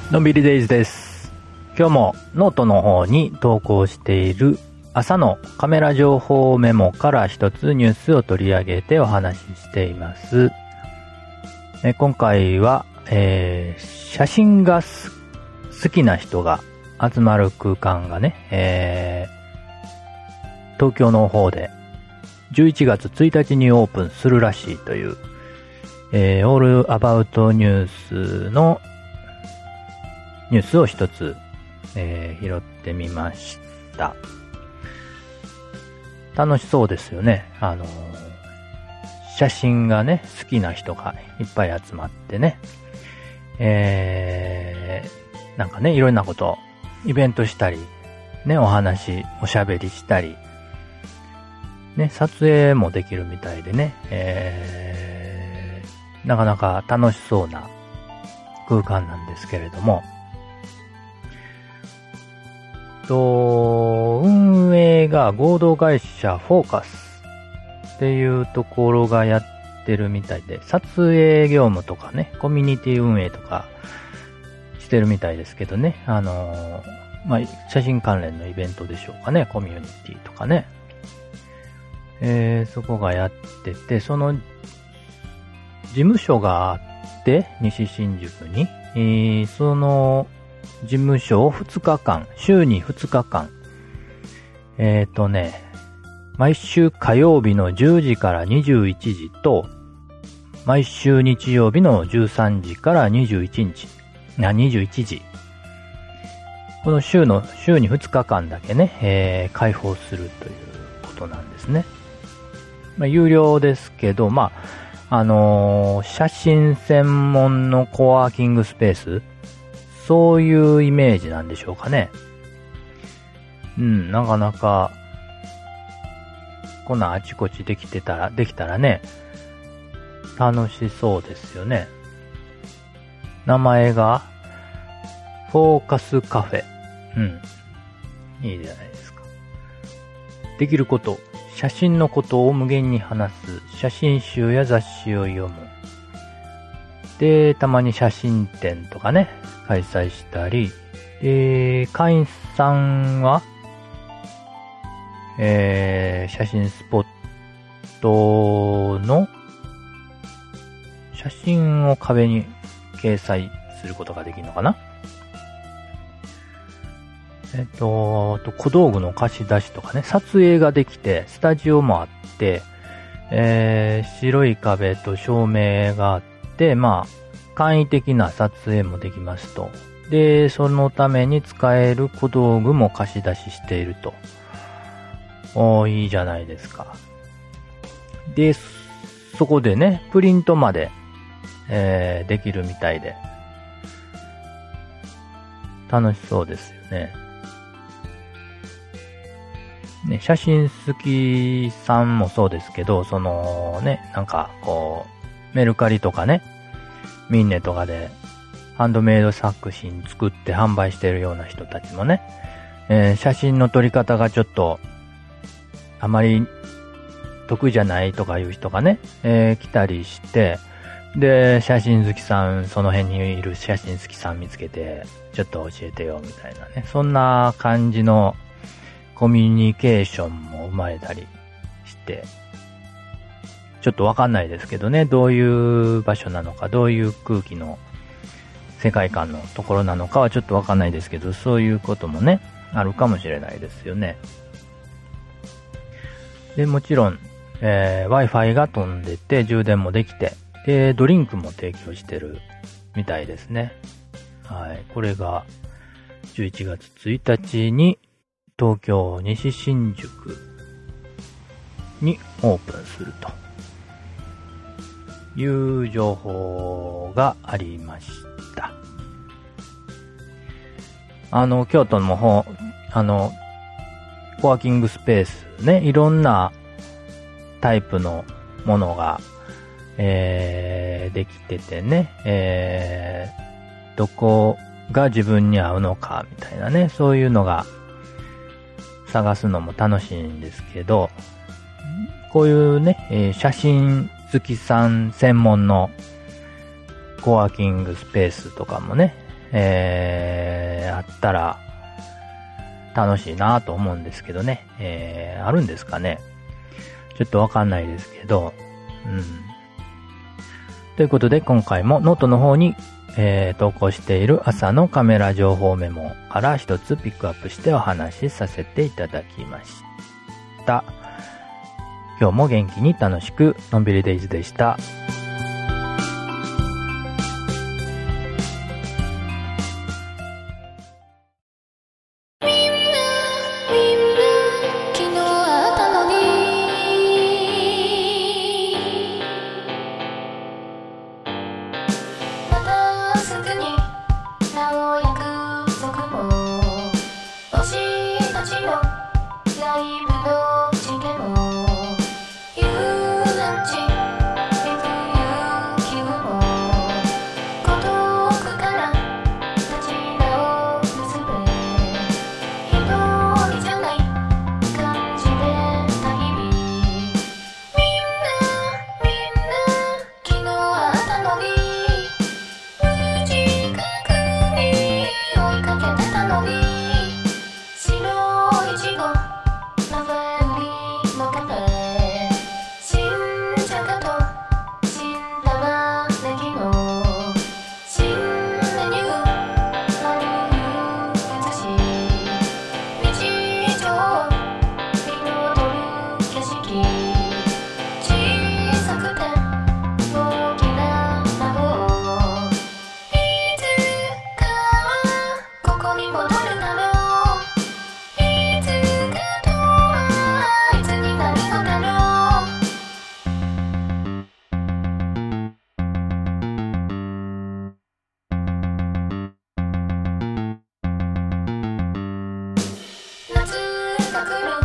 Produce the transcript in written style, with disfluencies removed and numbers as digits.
のんびりデイズです。今日もノートの方に投稿している朝のカメラ情報メモから一つニュースを取り上げてお話ししています。今回は、写真が好きな人が集まる空間がね、東京の方で11月1日にオープンするらしいという、オールアバウトニュースのニュースを一つ、拾ってみました。楽しそうですよね。写真がね、好きな人がいっぱい集まってね、なんかね、いろんなこと、イベントしたり、ね、おしゃべりしたり、ね、撮影もできるみたいでね、なかなか楽しそうな空間なんですけれども、運営が合同会社フォーカスっていうところがやってるみたいで、撮影業務とかね、コミュニティ運営とかしてるみたいですけどね、写真関連のイベントでしょうかね、コミュニティとかね。そこがやってて、その事務所があって、西新宿に、その事務所を2日間、週に2日間、毎週火曜日の10時から21時と、毎週日曜日の13時から21時。この週に2日間だけね、開放するということなんですね。有料ですけど、写真専門のコワーキングスペース、そういうイメージなんでしょうかね。なかなか、こんなあちこちできたらね、楽しそうですよね。名前が、フォーカスカフェ。いいじゃないですか。できること、写真のことを無限に話す、写真集や雑誌を読む。で、たまに写真展とかね、開催したり、会員さんは、写真スポットの写真を壁に掲載することができるのかな。小道具の貸し出しとかね、撮影ができて、スタジオもあって、白い壁と照明があって、簡易的な撮影もできますと。で、そのために使える小道具も貸し出ししていると。いいじゃないですか。で、そこでね、プリントまで、できるみたいで、楽しそうですよね。写真好きさんもそうですけど、メルカリとかね、ミンネとかでハンドメイド作品作って販売しているような人たちもね、写真の撮り方がちょっとあまり得意じゃないとかいう人がね、来たりして、で、写真好きさん、その辺にいる写真好きさん見つけて、ちょっと教えてよみたいなね、そんな感じのコミュニケーションも生まれたりして、ちょっとわかんないですけどね、どういう場所なのか、どういう空気の世界観のところなのかはちょっとわかんないですけど、そういうこともね、あるかもしれないですよね。で、もちろん、Wi-Fi が飛んでて、充電もできて、で、ドリンクも提供してるみたいですね。はい。これが、11月1日に、東京西新宿にオープンするという情報がありました。京都の方、コワーキングスペースね、いろんなタイプのものが、できててね、どこが自分に合うのかみたいなね、そういうのが探すのも楽しいんですけど、こういうね、写真好きさん専門のコワーキングスペースとかもね、 あったら楽しいなと思うんですけどね。あるんですかね。ちょっとわかんないですけど。ということで今回もノートの方に、投稿している朝のカメラ情報メモから一つピックアップしてお話しさせていただきました。今日も元気に楽しくのんびりデイズでした。 夏が来る